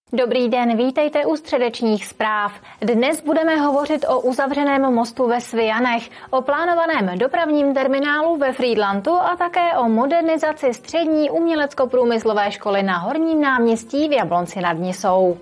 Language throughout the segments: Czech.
Dobrý den, vítejte u středečních zpráv. Dnes budeme hovořit o uzavřeném mostu ve Svijanech, o plánovaném dopravním terminálu ve Frýdlantu a také o modernizaci střední umělecko-průmyslové školy na Horním náměstí v Jablonci nad Nisou.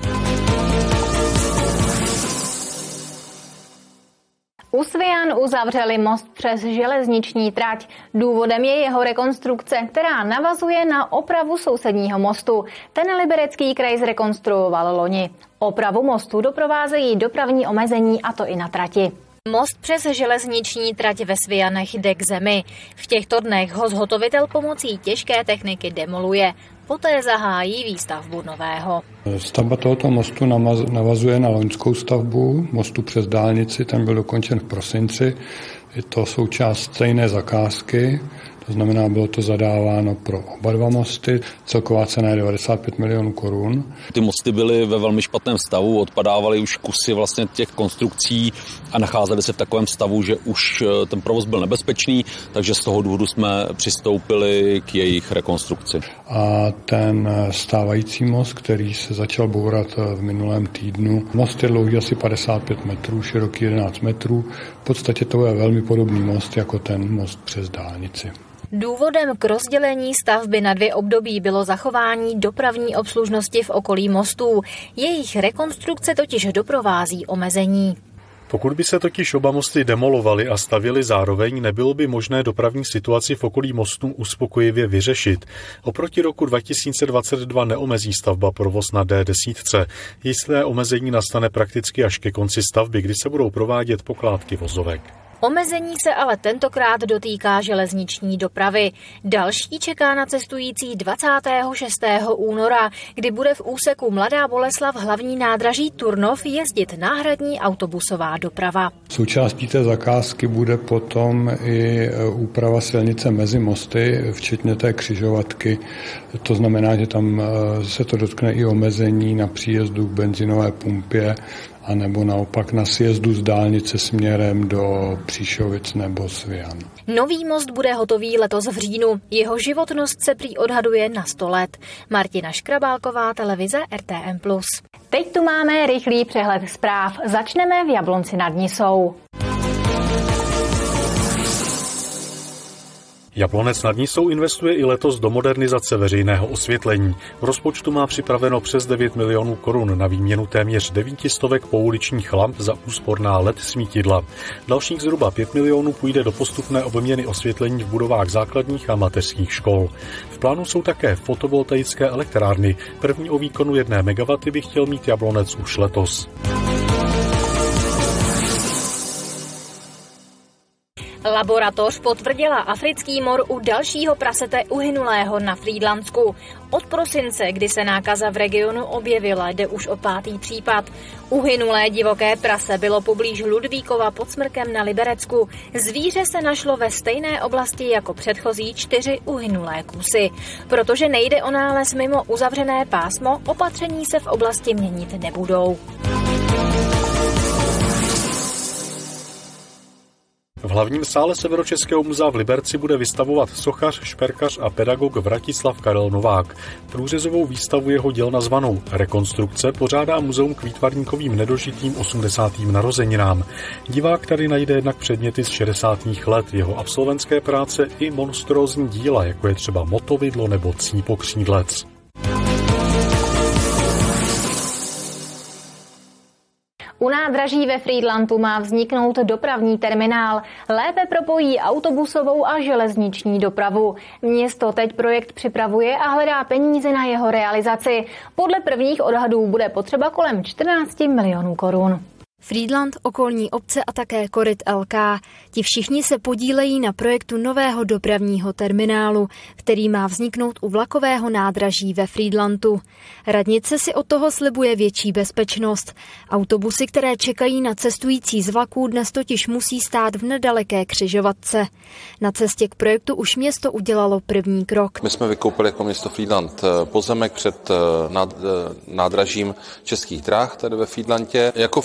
U Svijan uzavřeli most přes železniční trať. Důvodem je jeho rekonstrukce, která navazuje na opravu sousedního mostu. Ten Liberecký kraj zrekonstruoval loni. Opravu mostu doprovázejí dopravní omezení, a to i na trati. Most přes železniční trať ve Svijanech jde k zemi. V těchto dnech ho zhotovitel pomocí těžké techniky demoluje. Poté zahájí výstavbu nového. Stavba tohoto mostu navazuje na loňskou stavbu mostu přes dálnici, ten byl dokončen v prosinci. Je to součást stejné zakázky, to znamená, bylo to zadáváno pro oba dva mosty. Celková cena je 95 milionů korun. Ty mosty byly ve velmi špatném stavu, odpadávaly už kusy vlastně těch konstrukcí a nacházely se v takovém stavu, že už ten provoz byl nebezpečný, takže z toho důvodu jsme přistoupili k jejich rekonstrukci. A ten stávající most, který se začal bourat v minulém týdnu, most je dlouhý asi 55 metrů, široký 11 metrů. V podstatě to je velmi podobný most jako ten most přes dálnici. Důvodem k rozdělení stavby na dvě období bylo zachování dopravní obslužnosti v okolí mostů. Jejich rekonstrukce totiž doprovází omezení. Pokud by se totiž oba mosty demolovaly a stavěly zároveň, nebylo by možné dopravní situaci v okolí mostů uspokojivě vyřešit. Oproti roku 2022 neomezí stavba provoz na D10. Jisté omezení nastane prakticky až ke konci stavby, kdy se budou provádět pokládky vozovek. Omezení se ale tentokrát dotýká železniční dopravy. Další čeká na cestující 26. února, kdy bude v úseku Mladá Boleslav hlavní nádraží Turnov jezdit náhradní autobusová doprava. Součástí té zakázky bude potom i úprava silnice mezi mosty, včetně té křižovatky. To znamená, že tam se to dotkne i omezení na příjezdu k benzinové pumpě, a nebo naopak na sjezdu z dálnice směrem do Příšovic nebo Svijan. Nový most bude hotový letos v říjnu. Jeho životnost se prý odhaduje na 100 let. Martina Škrabálková, televize RTM+. Teď tu máme rychlý přehled zpráv. Začneme v Jablonci nad Nisou. Jablonec nad Nisou investuje i letos do modernizace veřejného osvětlení. V rozpočtu má připraveno přes 9 milionů korun na výměnu téměř 900 pouličních lamp za úsporná LED svítidla. Dalších zhruba 5 milionů půjde do postupné obměny osvětlení v budovách základních a mateřských škol. V plánu jsou také fotovoltaické elektrárny. První o výkonu 1 MW by chtěl mít Jablonec už letos. Laboratoř potvrdila africký mor u dalšího prasete uhynulého na Frýdlantsku. Od prosince, kdy se nákaza v regionu objevila, jde už o 5. případ. Uhynulé divoké prase bylo poblíž Ludvíkova pod Smrkem na Liberecku. Zvíře se našlo ve stejné oblasti jako předchozí 4 uhynulé kusy. Protože nejde o nález mimo uzavřené pásmo, opatření se v oblasti měnit nebudou. V hlavním sále Severočeského muzea v Liberci bude vystavovat sochař, šperkař a pedagog Vratislav Karel Novák. Průřezovou výstavu jeho děl nazvanou Rekonstrukce pořádá muzeum k výtvarníkovým nedožitým 80. narozeninám. Divák tady najde jednak předměty z 60. let, jeho absolventské práce i monstrózní díla, jako je třeba motovidlo nebo cípokřídlec. U nádraží ve Frýdlantu má vzniknout dopravní terminál. Lépe propojí autobusovou a železniční dopravu. Město teď projekt připravuje a hledá peníze na jeho realizaci. Podle prvních odhadů bude potřeba kolem 14 milionů korun. Frýdlant, okolní obce a také Koryt LK. Ti všichni se podílejí na projektu nového dopravního terminálu, který má vzniknout u vlakového nádraží ve Frýdlantu. Radnice si od toho slibuje větší bezpečnost. Autobusy, které čekají na cestující z vlaků, dnes totiž musí stát v nedaleké křižovatce. Na cestě k projektu už město udělalo první krok. My jsme vykoupili jako město Frýdlant pozemek před nádražím Českých drah, tady ve Frýdlantě. Jako Frýdlant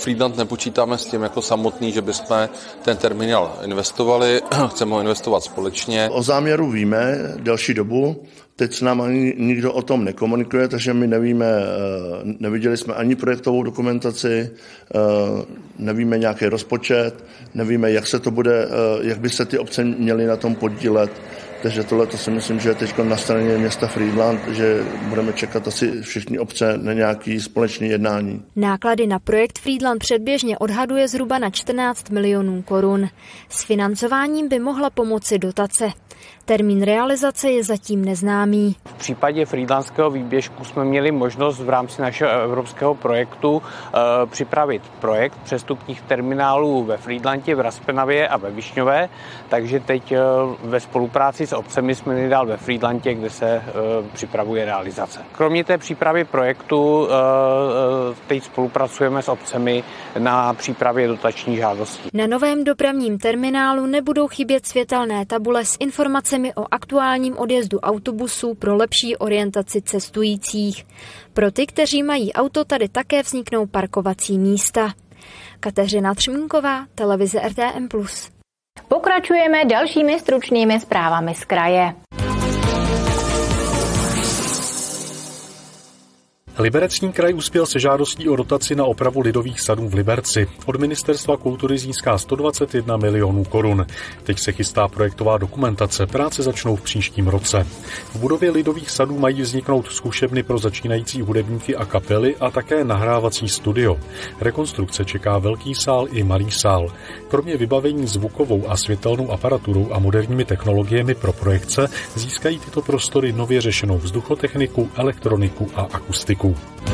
nepočítáme s tím jako samotný, že bychom ten terminál investovali, chceme ho investovat společně. O záměru víme delší dobu, teď s námi ani nikdo o tom nekomunikuje, takže my nevíme, neviděli jsme ani projektovou dokumentaci, nevíme nějaký rozpočet, nevíme, jak se to bude, jak by se ty obce měly na tom podílet. Takže tohle to si myslím, že je teď na straně města Frýdlant, že budeme čekat asi všichni obce na nějaký společný jednání. Náklady na projekt Frýdlant předběžně odhaduje zhruba na 14 milionů korun. S financováním by mohla pomoci dotace. Termín realizace je zatím neznámý. V případě frýdlantského výběžku jsme měli možnost v rámci našeho evropského projektu připravit projekt přestupních terminálů ve Frýdlantě, v Raspenavě a ve Višňové, takže teď ve spolupráci s obcemi jsme měli dál ve Frýdlantě, kde se připravuje realizace. Kromě té přípravy projektu teď spolupracujeme s obcemi na přípravě dotační žádostí. Na novém dopravním terminálu nebudou chybět světelné tabule s informacemi o aktuálním odjezdu autobusů pro lepší orientaci cestujících. Pro ty, kteří mají auto, tady také vzniknou parkovací místa. Kateřina Třmínková, televize RTM+. Pokračujeme dalšími stručnými zprávami z kraje. Liberecký kraj uspěl se žádostí o dotaci na opravu lidových sadů v Liberci. Od Ministerstva kultury získá 121 milionů korun. Teď se chystá projektová dokumentace, práce začnou v příštím roce. V budově lidových sadů mají vzniknout zkušebny pro začínající hudebníky a kapely a také nahrávací studio. Rekonstrukce čeká velký sál i malý sál. Kromě vybavení zvukovou a světelnou aparaturou a moderními technologiemi pro projekce získají tyto prostory nově řešenou vzduchotechniku, elektroniku a akustiku.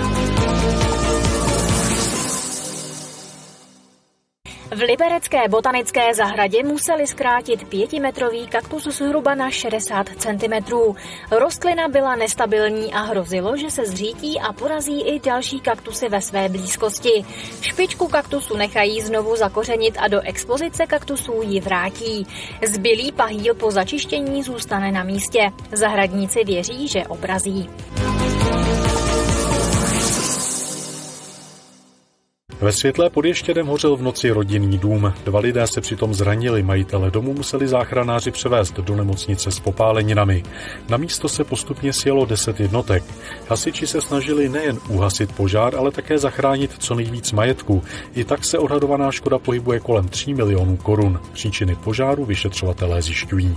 V liberecké botanické zahradě museli zkrátit 5metrový kaktus zhruba na 60 cm. Rostlina byla nestabilní a hrozilo, že se zřítí a porazí i další kaktusy ve své blízkosti. Špičku kaktusu nechají znovu zakořenit a do expozice kaktusů ji vrátí. Zbylý pahýl po začištění zůstane na místě. Zahradníci věří, že obrazí. Ve Světlé pod Ještědem hořel v noci rodinný dům. 2 lidé se přitom zranili, majitele domu museli záchranáři převést do nemocnice s popáleninami. Na místo se postupně sjelo 10 jednotek. Hasiči se snažili nejen uhasit požár, ale také zachránit co nejvíc majetku. I tak se odhadovaná škoda pohybuje kolem 3 milionů korun. Příčiny požáru vyšetřovatelé zjišťují.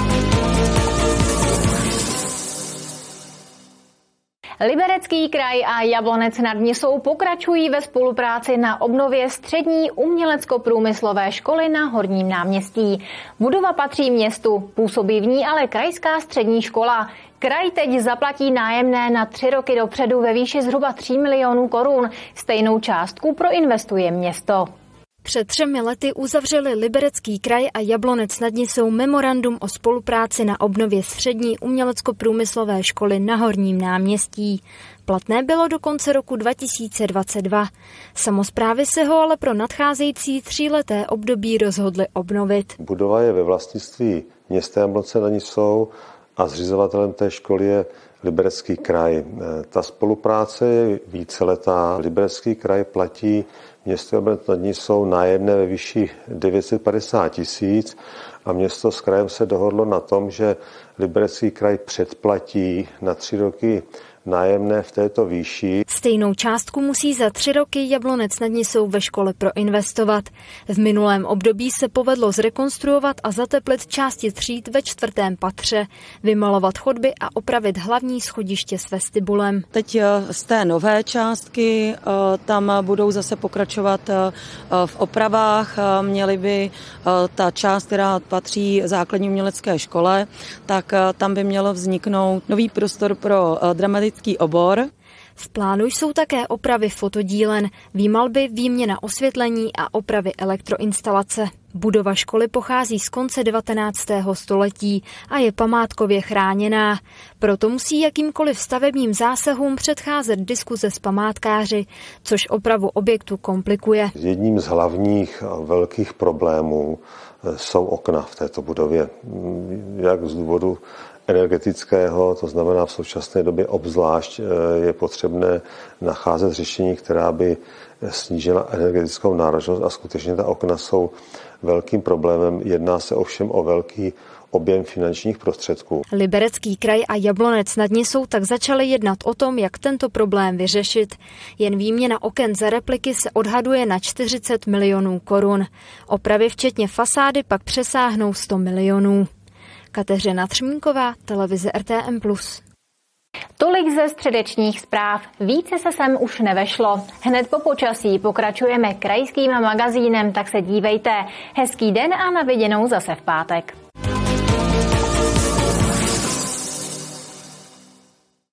Liberecký kraj a Jablonec nad Nisou pokračují ve spolupráci na obnově střední umělecko-průmyslové školy na Horním náměstí. Budova patří městu, působí v ní ale krajská střední škola. Kraj teď zaplatí nájemné na 3 roky dopředu ve výši zhruba 3 milionů korun. Stejnou částku proinvestuje město. Před 3 lety uzavřeli Liberecký kraj a Jablonec nad Nisou memorandum o spolupráci na obnově střední umělecko-průmyslové školy na Horním náměstí. Platné bylo do konce roku 2022. Samosprávy se ho ale pro nadcházející 3leté období rozhodly obnovit. Budova je ve vlastnictví města Jablonce nad Nisou a zřizovatelem té školy je Liberecký kraj. Ta spolupráce je víceletá. Liberecký kraj platí město Jablonec nad Nisou nájemné ve výši 950 000 a město s krajem se dohodlo na tom, že Liberecký kraj předplatí na 3 roky nájemné v této výši. Stejnou částku musí za 3 roky Jablonec nad Nisou ve škole proinvestovat. V minulém období se povedlo zrekonstruovat a zateplit části tříd ve 4. patře, vymalovat chodby a opravit hlavní schodiště s vestibulem. Teď z té nové částky tam budou zase pokračovat v opravách. Měly by ta část, která patří základní umělecké škole, tak tam by mělo vzniknout nový prostor pro dramatický obor. V plánu jsou také opravy fotodílen, výmalby, výměna osvětlení a opravy elektroinstalace. Budova školy pochází z konce 19. století a je památkově chráněná. Proto musí jakýmkoliv stavebním zásahům předcházet diskuze s památkáři, což opravu objektu komplikuje. Jedním z hlavních velkých problémů jsou okna v této budově, jak z důvodu energetického, to znamená v současné době obzvlášť je potřebné nacházet řešení, která by snížila energetickou náročnost a skutečně ta okna jsou velkým problémem. Jedná se ovšem o velký objem finančních prostředků. Liberecký kraj a Jablonec nad Nisou tak začaly jednat o tom, jak tento problém vyřešit. Jen výměna oken za repliky se odhaduje na 40 milionů korun. Opravy včetně fasády pak přesáhnou 100 milionů. Kateřina Třmínková, televize RTM+. Tolik ze středečních zpráv. Více se sem už nevešlo. Hned po počasí pokračujeme krajským magazínem, tak se dívejte. Hezký den a na viděnou zase v pátek.